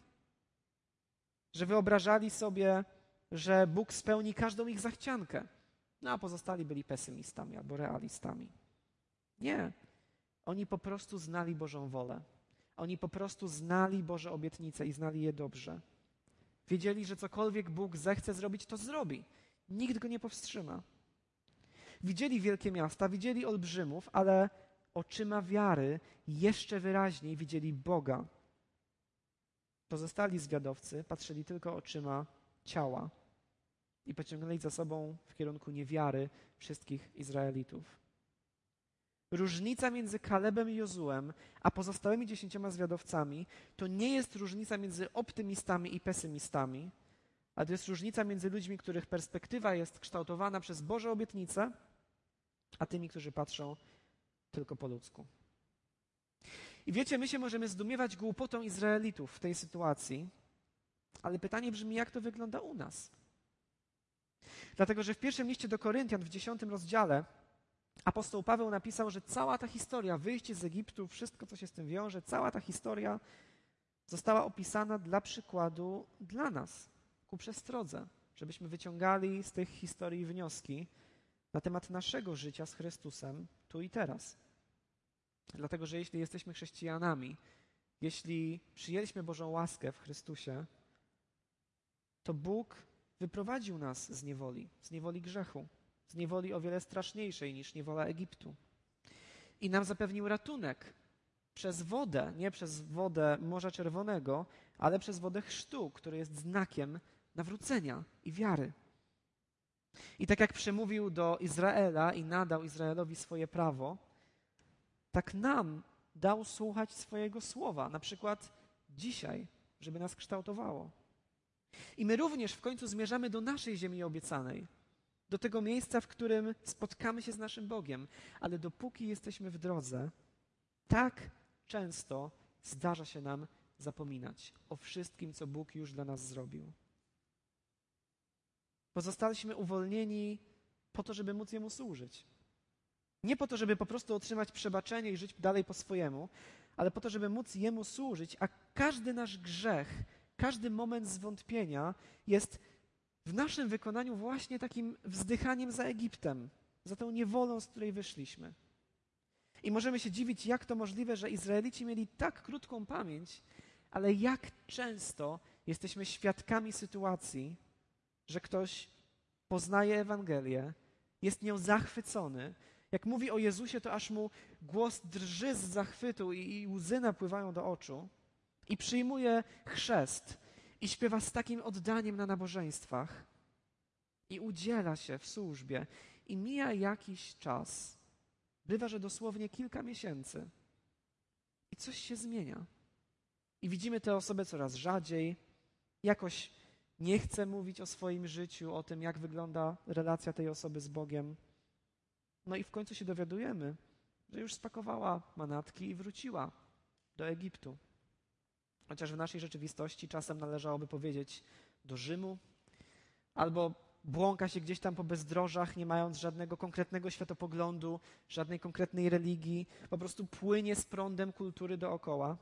że wyobrażali sobie, że Bóg spełni każdą ich zachciankę, no a pozostali byli pesymistami albo realistami. Nie. Oni po prostu znali Bożą wolę. Oni po prostu znali Boże obietnice i znali je dobrze. Wiedzieli, że cokolwiek Bóg zechce zrobić, to zrobi. Nikt go nie powstrzyma. Widzieli wielkie miasta, widzieli olbrzymów, ale oczyma wiary jeszcze wyraźniej widzieli Boga. Pozostali zwiadowcy patrzyli tylko oczyma ciała i pociągnęli za sobą w kierunku niewiary wszystkich Izraelitów. Różnica między Kalebem i Jozuem, a pozostałymi dziesięcioma zwiadowcami, to nie jest różnica między optymistami i pesymistami, ale to jest różnica między ludźmi, których perspektywa jest kształtowana przez Boże obietnice, a tymi, którzy patrzą tylko po ludzku. I wiecie, my się możemy zdumiewać głupotą Izraelitów w tej sytuacji, ale pytanie brzmi, jak to wygląda u nas? Dlatego, że w pierwszym liście do Koryntian w dziesiątym rozdziale apostoł Paweł napisał, że cała ta historia, wyjście z Egiptu, wszystko, co się z tym wiąże, cała ta historia została opisana dla przykładu dla nas, ku przestrodze, żebyśmy wyciągali z tych historii wnioski na temat naszego życia z Chrystusem tu i teraz. Dlatego, że jeśli jesteśmy chrześcijanami, jeśli przyjęliśmy Bożą łaskę w Chrystusie, to Bóg wyprowadził nas z niewoli, z niewoli grzechu, z niewoli o wiele straszniejszej niż niewola Egiptu. I nam zapewnił ratunek przez wodę, nie przez wodę Morza Czerwonego, ale przez wodę chrztu, który jest znakiem nawrócenia i wiary. I tak jak przemówił do Izraela i nadał Izraelowi swoje prawo, tak nam dał słuchać swojego słowa, na przykład dzisiaj, żeby nas kształtowało. I my również w końcu zmierzamy do naszej ziemi obiecanej, do tego miejsca, w którym spotkamy się z naszym Bogiem. Ale dopóki jesteśmy w drodze, tak często zdarza się nam zapominać o wszystkim, co Bóg już dla nas zrobił. Bo zostaliśmy uwolnieni po to, żeby móc Jemu służyć. Nie po to, żeby po prostu otrzymać przebaczenie i żyć dalej po swojemu, ale po to, żeby móc Jemu służyć, a każdy nasz grzech, każdy moment zwątpienia jest w naszym wykonaniu właśnie takim wzdychaniem za Egiptem, za tą niewolą, z której wyszliśmy. I możemy się dziwić, jak to możliwe, że Izraelici mieli tak krótką pamięć, ale jak często jesteśmy świadkami sytuacji, że ktoś poznaje Ewangelię, jest nią zachwycony. Jak mówi o Jezusie, to aż mu głos drży z zachwytu i, i łzy napływają do oczu i przyjmuje chrzest i śpiewa z takim oddaniem na nabożeństwach i udziela się w służbie i mija jakiś czas. Bywa, że dosłownie kilka miesięcy. I coś się zmienia. I widzimy tę osobę coraz rzadziej. Jakoś nie chce mówić o swoim życiu, o tym, jak wygląda relacja tej osoby z Bogiem. No i w końcu się dowiadujemy, że już spakowała manatki i wróciła do Egiptu. Chociaż w naszej rzeczywistości czasem należałoby powiedzieć do Rzymu, albo błąka się gdzieś tam po bezdrożach, nie mając żadnego konkretnego światopoglądu, żadnej konkretnej religii, po prostu płynie z prądem kultury dookoła.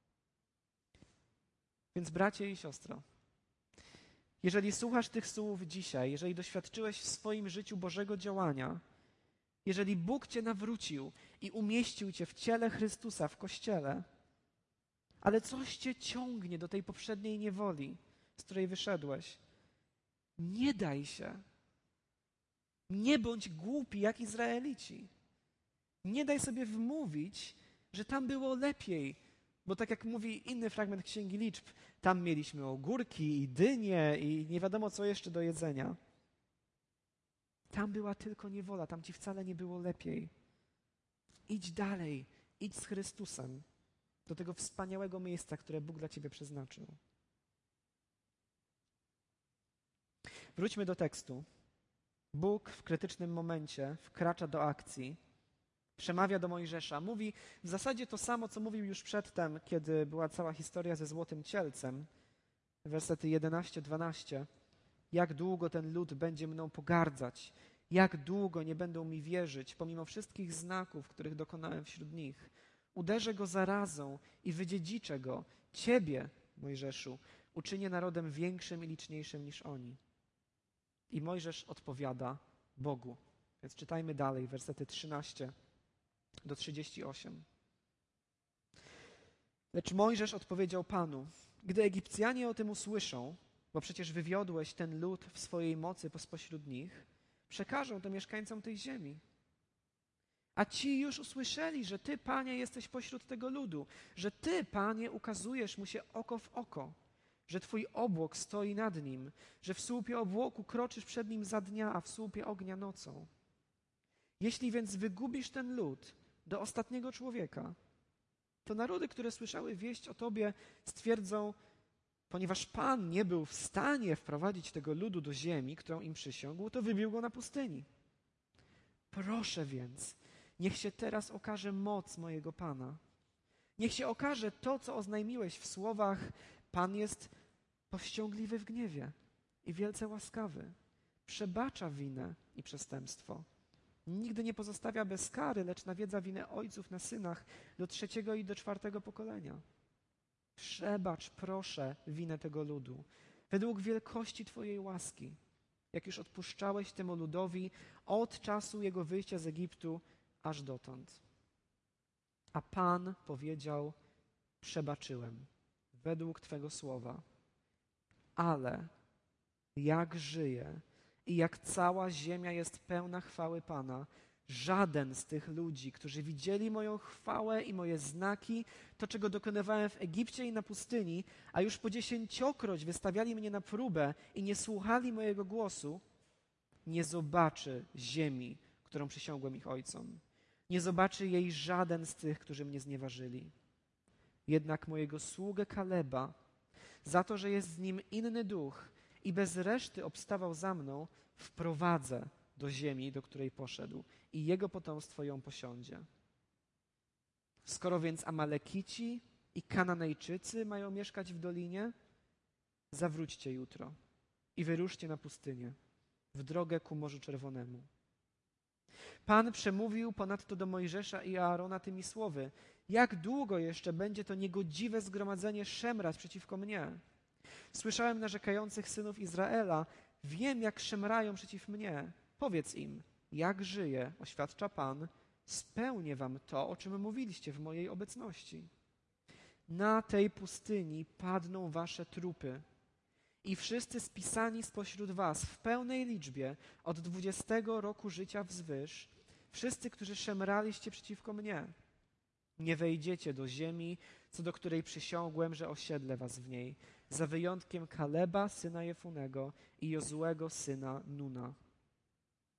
Więc bracie i siostro, jeżeli słuchasz tych słów dzisiaj, jeżeli doświadczyłeś w swoim życiu Bożego działania, jeżeli Bóg cię nawrócił i umieścił cię w ciele Chrystusa, w Kościele, ale coś cię ciągnie do tej poprzedniej niewoli, z której wyszedłeś, nie daj się. Nie bądź głupi jak Izraelici. Nie daj sobie wmówić, że tam było lepiej, bo tak jak mówi inny fragment Księgi Liczb, tam mieliśmy ogórki i dynie i nie wiadomo co jeszcze do jedzenia. Tam była tylko niewola, tam ci wcale nie było lepiej. Idź dalej, idź z Chrystusem do tego wspaniałego miejsca, które Bóg dla ciebie przeznaczył. Wróćmy do tekstu. Bóg w krytycznym momencie wkracza do akcji, przemawia do Mojżesza. Mówi w zasadzie to samo, co mówił już przedtem, kiedy była cała historia ze złotym cielcem. Wersety jedenaście dwanaście. Jak długo ten lud będzie mną pogardzać? Jak długo nie będą mi wierzyć, pomimo wszystkich znaków, których dokonałem wśród nich? Uderzę go zarazą i wydziedziczę go. Ciebie, Mojżeszu, uczynię narodem większym i liczniejszym niż oni. I Mojżesz odpowiada Bogu. Więc czytajmy dalej, wersety trzynaście do trzydziestu ośmiu. Lecz Mojżesz odpowiedział Panu, gdy Egipcjanie o tym usłyszą, bo przecież wywiodłeś ten lud w swojej mocy spośród nich, przekażą to mieszkańcom tej ziemi. A ci już usłyszeli, że Ty, Panie, jesteś pośród tego ludu, że Ty, Panie, ukazujesz mu się oko w oko, że Twój obłok stoi nad nim, że w słupie obłoku kroczysz przed nim za dnia, a w słupie ognia nocą. Jeśli więc wygubisz ten lud do ostatniego człowieka, to narody, które słyszały wieść o Tobie, stwierdzą, ponieważ Pan nie był w stanie wprowadzić tego ludu do ziemi, którą im przysiągł, to wybił go na pustyni. Proszę więc, niech się teraz okaże moc mojego Pana. Niech się okaże to, co oznajmiłeś w słowach, Pan jest powściągliwy w gniewie i wielce łaskawy. Przebacza winę i przestępstwo. Nigdy nie pozostawia bez kary, lecz nawiedza winę ojców na synach do trzeciego i do czwartego pokolenia. Przebacz, proszę, winę tego ludu, według wielkości Twojej łaski, jak już odpuszczałeś temu ludowi od czasu jego wyjścia z Egiptu aż dotąd. A Pan powiedział, przebaczyłem, według Twego słowa. Ale jak żyje i jak cała ziemia jest pełna chwały Pana, żaden z tych ludzi, którzy widzieli moją chwałę i moje znaki, to czego dokonywałem w Egipcie i na pustyni, a już po dziesięciokroć wystawiali mnie na próbę i nie słuchali mojego głosu, nie zobaczy ziemi, którą przysiągłem ich ojcom. Nie zobaczy jej żaden z tych, którzy mnie znieważyli. Jednak mojego sługę Kaleba, za to, że jest z nim inny duch i bez reszty obstawał za mną, wprowadzę do ziemi, do której poszedł i jego potomstwo ją posiądzie. Skoro więc Amalekici i Kananejczycy mają mieszkać w dolinie, zawróćcie jutro i wyruszcie na pustynię, w drogę ku Morzu Czerwonemu. Pan przemówił ponadto do Mojżesza i Aarona tymi słowy: jak długo jeszcze będzie to niegodziwe zgromadzenie szemrać przeciwko mnie? Słyszałem narzekających synów Izraela, wiem, jak szemrają przeciw mnie. Powiedz im, jak żyje, oświadcza Pan, spełnię wam to, o czym mówiliście w mojej obecności. Na tej pustyni padną wasze trupy i wszyscy spisani spośród was w pełnej liczbie od dwudziestego roku życia wzwyż, wszyscy, którzy szemraliście przeciwko mnie. Nie wejdziecie do ziemi, co do której przysiągłem, że osiedlę was w niej, za wyjątkiem Kaleba, syna Jefunego i Jozuego, syna Nuna.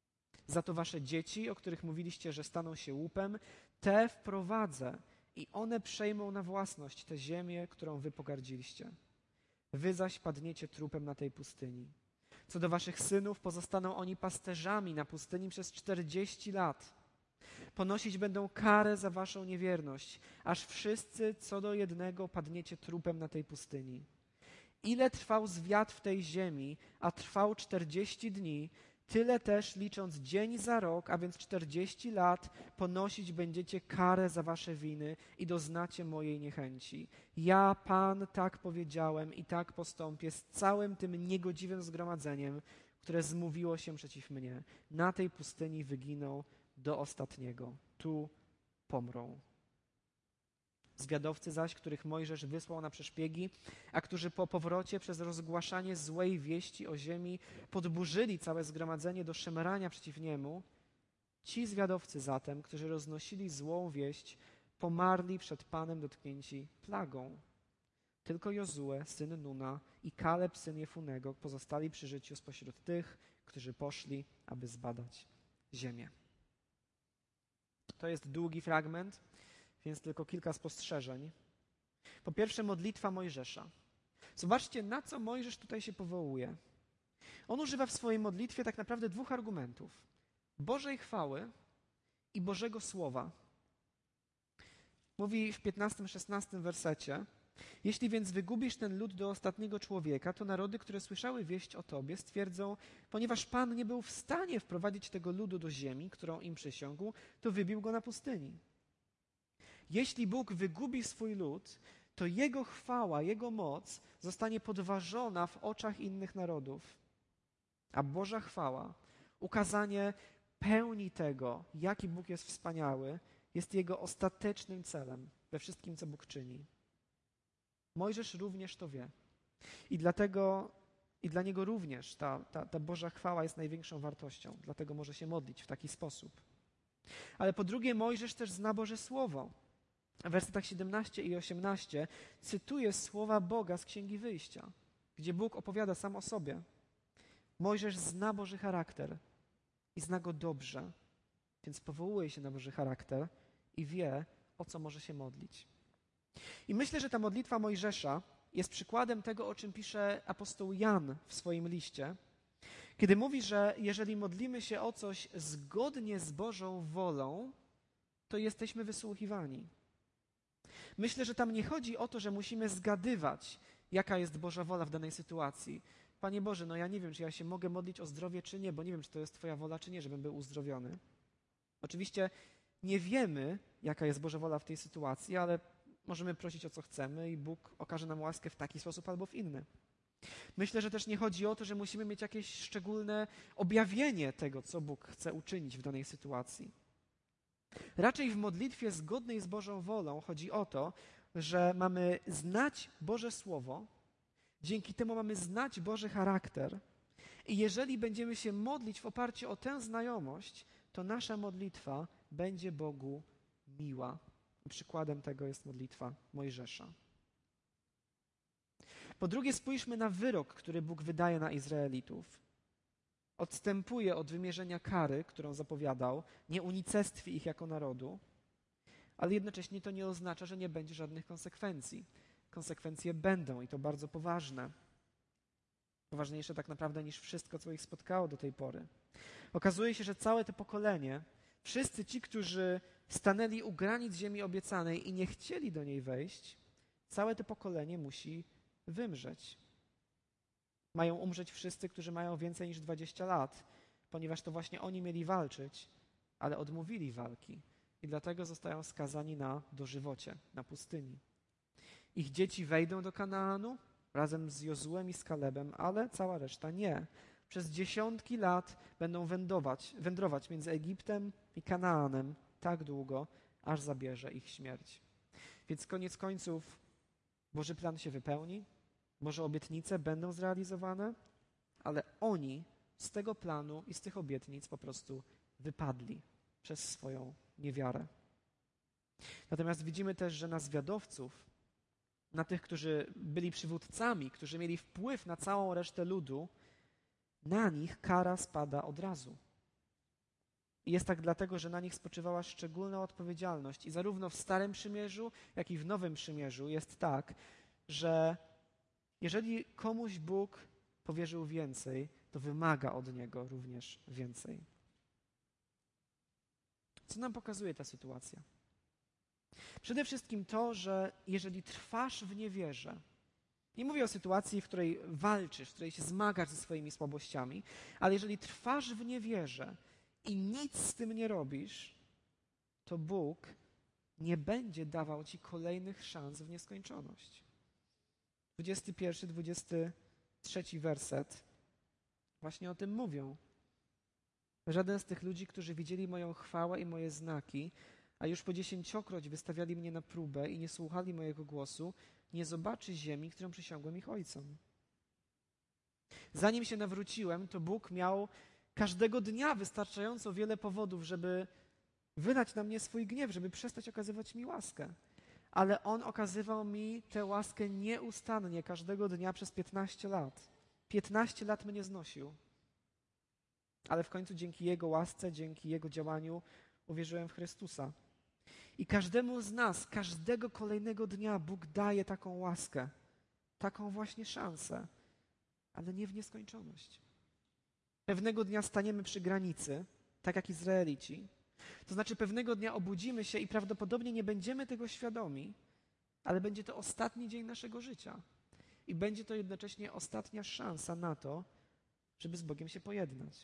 Za to wasze dzieci, o których mówiliście, że staną się łupem, te wprowadzę i one przejmą na własność tę ziemię, którą wy pogardziliście. Wy zaś padniecie trupem na tej pustyni. Co do waszych synów, pozostaną oni pasterzami na pustyni przez czterdzieści lat. Ponosić będą karę za waszą niewierność, aż wszyscy co do jednego padniecie trupem na tej pustyni. Ile trwał zwiat w tej ziemi, a trwał czterdzieści dni, tyle też licząc dzień za rok, a więc czterdzieści lat, ponosić będziecie karę za wasze winy i doznacie mojej niechęci. Ja, Pan, tak powiedziałem i tak postąpię z całym tym niegodziwym zgromadzeniem, które zmówiło się przeciw mnie. Na tej pustyni wyginą do ostatniego. Tu pomrą. Zwiadowcy zaś, których Mojżesz wysłał na przeszpiegi, a którzy po powrocie przez rozgłaszanie złej wieści o ziemi podburzyli całe zgromadzenie do szemrania przeciw niemu, ci zwiadowcy zatem, którzy roznosili złą wieść, pomarli przed Panem dotknięci plagą. Tylko Jozue, syn Nuna i Kaleb, syn Jefunego, pozostali przy życiu spośród tych, którzy poszli, aby zbadać ziemię. To jest długi fragment, więc tylko kilka spostrzeżeń. Po pierwsze, modlitwa Mojżesza. Zobaczcie, na co Mojżesz tutaj się powołuje. On używa w swojej modlitwie tak naprawdę dwóch argumentów. Bożej chwały i Bożego Słowa. Mówi w piętnastym szesnastym wersecie: jeśli więc wygubisz ten lud do ostatniego człowieka, to narody, które słyszały wieść o Tobie, stwierdzą, ponieważ Pan nie był w stanie wprowadzić tego ludu do ziemi, którą im przysiągł, to wybił go na pustyni. Jeśli Bóg wygubi swój lud, to Jego chwała, Jego moc zostanie podważona w oczach innych narodów. A Boża chwała, ukazanie pełni tego, jaki Bóg jest wspaniały, jest Jego ostatecznym celem we wszystkim, co Bóg czyni. Mojżesz również to wie. I dlatego, i dla niego również ta, ta, ta Boża chwała jest największą wartością. Dlatego może się modlić w taki sposób. Ale po drugie, Mojżesz też zna Boże Słowo. W wersetach siedemnaście i osiemnaście cytuje słowa Boga z Księgi Wyjścia, gdzie Bóg opowiada sam o sobie. Mojżesz zna Boży charakter i zna go dobrze, więc powołuje się na Boży charakter i wie, o co może się modlić. I myślę, że ta modlitwa Mojżesza jest przykładem tego, o czym pisze apostoł Jan w swoim liście, kiedy mówi, że jeżeli modlimy się o coś zgodnie z Bożą wolą, to jesteśmy wysłuchiwani. Myślę, że tam nie chodzi o to, że musimy zgadywać, jaka jest Boża wola w danej sytuacji. Panie Boże, no ja nie wiem, czy ja się mogę modlić o zdrowie, czy nie, bo nie wiem, czy to jest Twoja wola, czy nie, żebym był uzdrowiony. Oczywiście nie wiemy, jaka jest Boża wola w tej sytuacji, ale możemy prosić o co chcemy i Bóg okaże nam łaskę w taki sposób albo w inny. Myślę, że też nie chodzi o to, że musimy mieć jakieś szczególne objawienie tego, co Bóg chce uczynić w danej sytuacji. Raczej w modlitwie zgodnej z Bożą wolą chodzi o to, że mamy znać Boże Słowo, dzięki temu mamy znać Boży charakter i jeżeli będziemy się modlić w oparciu o tę znajomość, to nasza modlitwa będzie Bogu miła. Przykładem tego jest modlitwa Mojżesza. Po drugie, spójrzmy na wyrok, który Bóg wydaje na Izraelitów. Odstępuje od wymierzenia kary, którą zapowiadał, nie unicestwi ich jako narodu, ale jednocześnie to nie oznacza, że nie będzie żadnych konsekwencji. Konsekwencje będą i to bardzo poważne. Poważniejsze tak naprawdę niż wszystko, co ich spotkało do tej pory. Okazuje się, że całe to pokolenie, wszyscy ci, którzy stanęli u granic ziemi obiecanej i nie chcieli do niej wejść, całe to pokolenie musi wymrzeć. Mają umrzeć wszyscy, którzy mają więcej niż dwadzieścia lat, ponieważ to właśnie oni mieli walczyć, ale odmówili walki i dlatego zostają skazani na dożywocie, na pustyni. Ich dzieci wejdą do Kanaanu razem z Jozułem i z Kalebem, ale cała reszta nie. Przez dziesiątki lat będą wędrować, wędrować między Egiptem i Kanaanem tak długo, aż zabierze ich śmierć. Więc koniec końców Boży plan się wypełni, Boże obietnice będą zrealizowane, ale oni z tego planu i z tych obietnic po prostu wypadli przez swoją niewiarę. Natomiast widzimy też, że na zwiadowców, na tych, którzy byli przywódcami, którzy mieli wpływ na całą resztę ludu, na nich kara spada od razu. I jest tak dlatego, że na nich spoczywała szczególna odpowiedzialność. I zarówno w Starym Przymierzu, jak i w Nowym Przymierzu jest tak, że jeżeli komuś Bóg powierzył więcej, to wymaga od niego również więcej. Co nam pokazuje ta sytuacja? Przede wszystkim to, że jeżeli trwasz w niewierze, nie mówię o sytuacji, w której walczysz, w której się zmagasz ze swoimi słabościami, ale jeżeli trwasz w niewierze i nic z tym nie robisz, to Bóg nie będzie dawał ci kolejnych szans w nieskończoność. dwudziesty pierwszy, dwudziesty trzeci werset właśnie o tym mówią. Żaden z tych ludzi, którzy widzieli moją chwałę i moje znaki, a już po dziesięciokroć wystawiali mnie na próbę i nie słuchali mojego głosu, nie zobaczy ziemi, którą przysiągłem ich ojcom. Zanim się nawróciłem, to Bóg miał każdego dnia wystarczająco wiele powodów, żeby wylać na mnie swój gniew, żeby przestać okazywać mi łaskę. Ale On okazywał mi tę łaskę nieustannie, każdego dnia przez piętnaście lat. piętnaście lat mnie znosił. Ale w końcu dzięki Jego łasce, dzięki Jego działaniu uwierzyłem w Chrystusa. I każdemu z nas, każdego kolejnego dnia Bóg daje taką łaskę, taką właśnie szansę, ale nie w nieskończoność. Pewnego dnia staniemy przy granicy, tak jak Izraelici. To znaczy pewnego dnia obudzimy się i prawdopodobnie nie będziemy tego świadomi, ale będzie to ostatni dzień naszego życia. I będzie to jednocześnie ostatnia szansa na to, żeby z Bogiem się pojednać.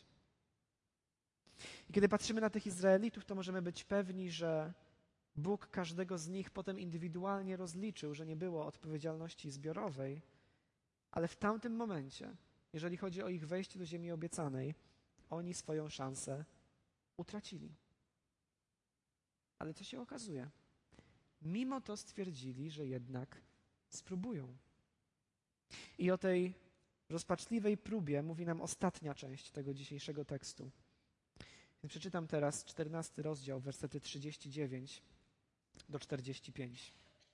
I kiedy patrzymy na tych Izraelitów, to możemy być pewni, że Bóg każdego z nich potem indywidualnie rozliczył, że nie było odpowiedzialności zbiorowej, ale w tamtym momencie, jeżeli chodzi o ich wejście do ziemi obiecanej, oni swoją szansę utracili. Ale co się okazuje? Mimo to stwierdzili, że jednak spróbują. I o tej rozpaczliwej próbie mówi nam ostatnia część tego dzisiejszego tekstu. Więc przeczytam teraz czternasty rozdział, wersety trzydzieści dziewięć do czterdzieści pięć.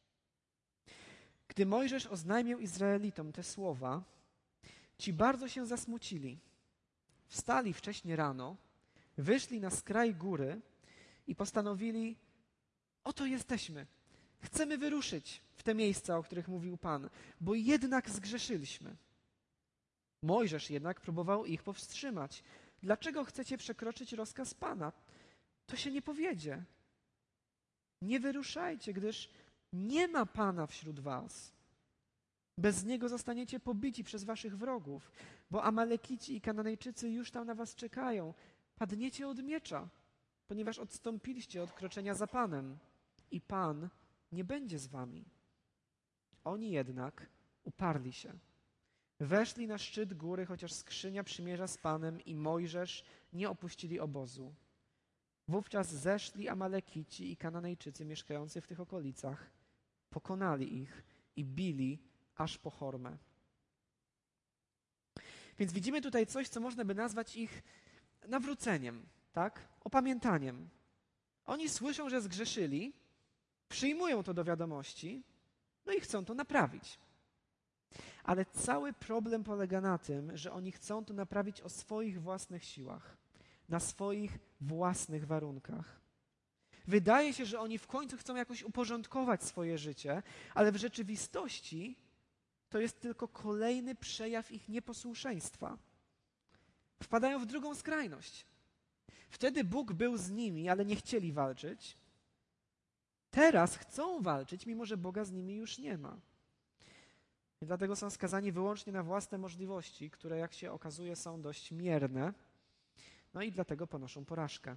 Gdy Mojżesz oznajmił Izraelitom te słowa, ci bardzo się zasmucili. Wstali wcześnie rano, wyszli na skraj góry i postanowili: oto jesteśmy, chcemy wyruszyć w te miejsca, o których mówił Pan, bo jednak zgrzeszyliśmy. Mojżesz jednak próbował ich powstrzymać. Dlaczego chcecie przekroczyć rozkaz Pana? To się nie powiedzie. Nie wyruszajcie, gdyż nie ma Pana wśród was. Bez Niego zostaniecie pobici przez waszych wrogów, bo Amalekici i Kananejczycy już tam na was czekają. Padniecie od miecza, ponieważ odstąpiliście od kroczenia za Panem i Pan nie będzie z wami. Oni jednak uparli się. Weszli na szczyt góry, chociaż skrzynia przymierza z Panem i Mojżesz nie opuścili obozu. Wówczas zeszli Amalekici i Kananejczycy mieszkający w tych okolicach, pokonali ich i bili aż po Hormę. Więc widzimy tutaj coś, co można by nazwać ich nawróceniem, tak? Opamiętaniem. Oni słyszą, że zgrzeszyli, przyjmują to do wiadomości, no i chcą to naprawić. Ale cały problem polega na tym, że oni chcą to naprawić o swoich własnych siłach, na swoich własnych warunkach. Wydaje się, że oni w końcu chcą jakoś uporządkować swoje życie, ale w rzeczywistości to jest tylko kolejny przejaw ich nieposłuszeństwa. Wpadają w drugą skrajność. Wtedy Bóg był z nimi, ale nie chcieli walczyć. Teraz chcą walczyć, mimo że Boga z nimi już nie ma. I dlatego są skazani wyłącznie na własne możliwości, które, jak się okazuje, są dość mierne. No i dlatego ponoszą porażkę.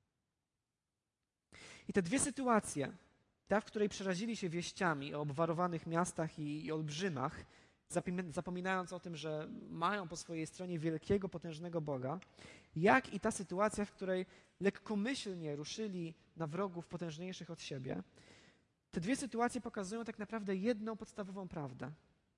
I te dwie sytuacje, ta, w której przerazili się wieściami o obwarowanych miastach i, i olbrzymach, zapominając o tym, że mają po swojej stronie wielkiego, potężnego Boga, jak i ta sytuacja, w której lekkomyślnie ruszyli na wrogów potężniejszych od siebie, te dwie sytuacje pokazują tak naprawdę jedną podstawową prawdę.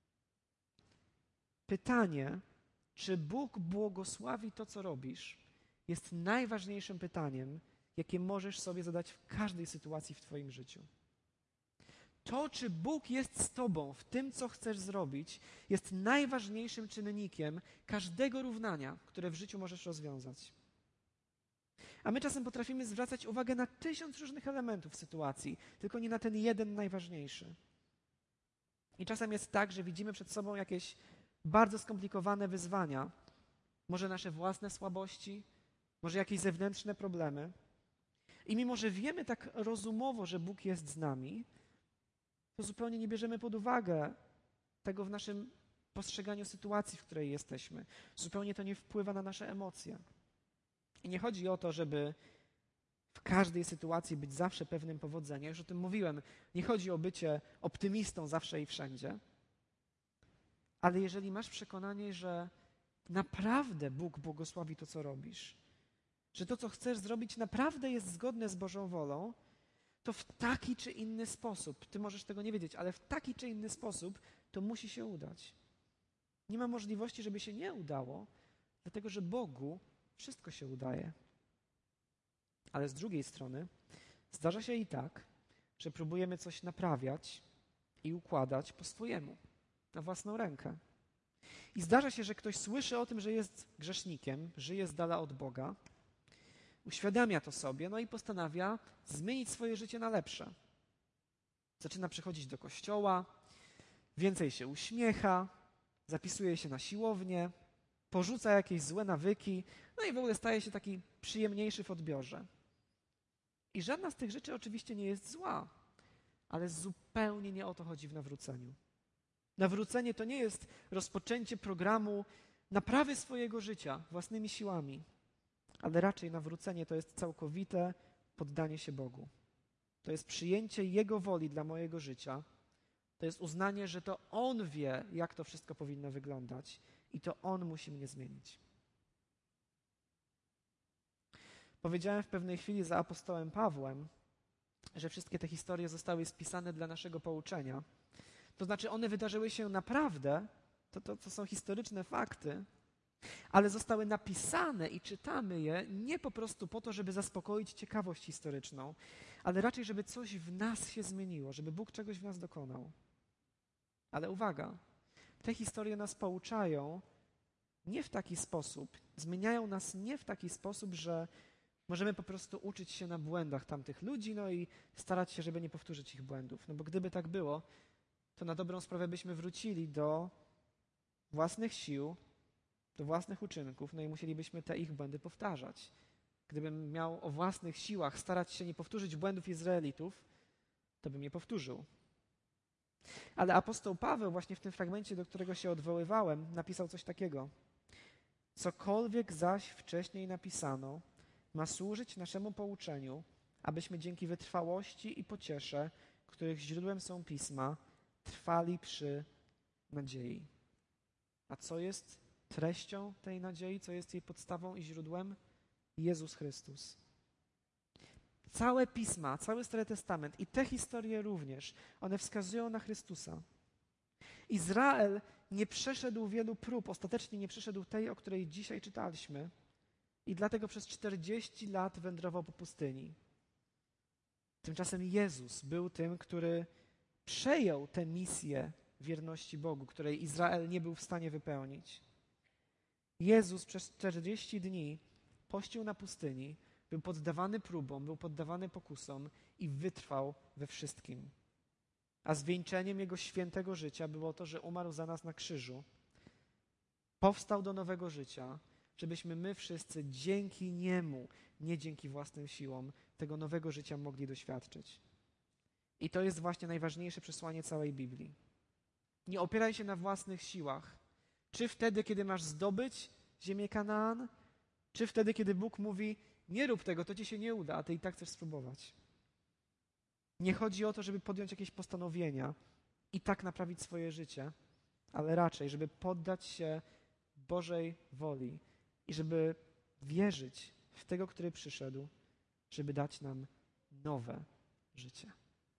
Pytanie, czy Bóg błogosławi to, co robisz, jest najważniejszym pytaniem, jakie możesz sobie zadać w każdej sytuacji w twoim życiu. To, czy Bóg jest z tobą w tym, co chcesz zrobić, jest najważniejszym czynnikiem każdego równania, które w życiu możesz rozwiązać. A my czasem potrafimy zwracać uwagę na tysiąc różnych elementów sytuacji, tylko nie na ten jeden najważniejszy. I czasem jest tak, że widzimy przed sobą jakieś bardzo skomplikowane wyzwania, może nasze własne słabości, może jakieś zewnętrzne problemy. I mimo, że wiemy tak rozumowo, że Bóg jest z nami, to zupełnie nie bierzemy pod uwagę tego w naszym postrzeganiu sytuacji, w której jesteśmy. Zupełnie to nie wpływa na nasze emocje. I nie chodzi o to, żeby w każdej sytuacji być zawsze pewnym powodzenia. Już o tym mówiłem. Nie chodzi o bycie optymistą zawsze i wszędzie. Ale jeżeli masz przekonanie, że naprawdę Bóg błogosławi to, co robisz, że to, co chcesz zrobić, naprawdę jest zgodne z Bożą wolą, to w taki czy inny sposób, ty możesz tego nie wiedzieć, ale w taki czy inny sposób to musi się udać. Nie ma możliwości, żeby się nie udało, dlatego że Bogu wszystko się udaje. Ale z drugiej strony zdarza się i tak, że próbujemy coś naprawiać i układać po swojemu, na własną rękę. I zdarza się, że ktoś słyszy o tym, że jest grzesznikiem, żyje z dala od Boga, uświadamia to sobie, no i postanawia zmienić swoje życie na lepsze. Zaczyna przychodzić do kościoła, więcej się uśmiecha, zapisuje się na siłownię, porzuca jakieś złe nawyki, no i w ogóle staje się taki przyjemniejszy w odbiorze. I żadna z tych rzeczy oczywiście nie jest zła, ale zupełnie nie o to chodzi w nawróceniu. Nawrócenie to nie jest rozpoczęcie programu naprawy swojego życia własnymi siłami, ale raczej nawrócenie to jest całkowite poddanie się Bogu. To jest przyjęcie Jego woli dla mojego życia. To jest uznanie, że to On wie, jak to wszystko powinno wyglądać i to On musi mnie zmienić. Powiedziałem w pewnej chwili za apostołem Pawłem, że wszystkie te historie zostały spisane dla naszego pouczenia. To znaczy one wydarzyły się naprawdę, to, to, to są historyczne fakty, ale zostały napisane i czytamy je nie po prostu po to, żeby zaspokoić ciekawość historyczną, ale raczej, żeby coś w nas się zmieniło, żeby Bóg czegoś w nas dokonał. Ale uwaga, te historie nas pouczają nie w taki sposób, zmieniają nas nie w taki sposób, że możemy po prostu uczyć się na błędach tamtych ludzi, no i starać się, żeby nie powtórzyć ich błędów. No bo gdyby tak było, to na dobrą sprawę byśmy wrócili do własnych sił, do własnych uczynków, no i musielibyśmy te ich błędy powtarzać. Gdybym miał o własnych siłach starać się nie powtórzyć błędów Izraelitów, to bym je powtórzył. Ale apostoł Paweł właśnie w tym fragmencie, do którego się odwoływałem, napisał coś takiego. Cokolwiek zaś wcześniej napisano, ma służyć naszemu pouczeniu, abyśmy dzięki wytrwałości i pociesze, których źródłem są pisma, trwali przy nadziei. A co jest treścią tej nadziei, co jest jej podstawą i źródłem? Jezus Chrystus. Całe Pisma, cały Stary Testament i te historie również, one wskazują na Chrystusa. Izrael nie przeszedł wielu prób, ostatecznie nie przeszedł tej, o której dzisiaj czytaliśmy i dlatego przez czterdzieści lat wędrował po pustyni. Tymczasem Jezus był tym, który przejął tę misję wierności Bogu, której Izrael nie był w stanie wypełnić. Jezus przez czterdzieści dni pościł na pustyni, był poddawany próbom, był poddawany pokusom i wytrwał we wszystkim. A zwieńczeniem Jego świętego życia było to, że umarł za nas na krzyżu, powstał do nowego życia, żebyśmy my wszyscy dzięki Niemu, nie dzięki własnym siłom, tego nowego życia mogli doświadczyć. I to jest właśnie najważniejsze przesłanie całej Biblii. Nie opieraj się na własnych siłach. Czy wtedy, kiedy masz zdobyć ziemię Kanaan, czy wtedy, kiedy Bóg mówi, nie rób tego, to ci się nie uda, a ty i tak chcesz spróbować. Nie chodzi o to, żeby podjąć jakieś postanowienia i tak naprawić swoje życie, ale raczej, żeby poddać się Bożej woli i żeby wierzyć w tego, który przyszedł, żeby dać nam nowe życie.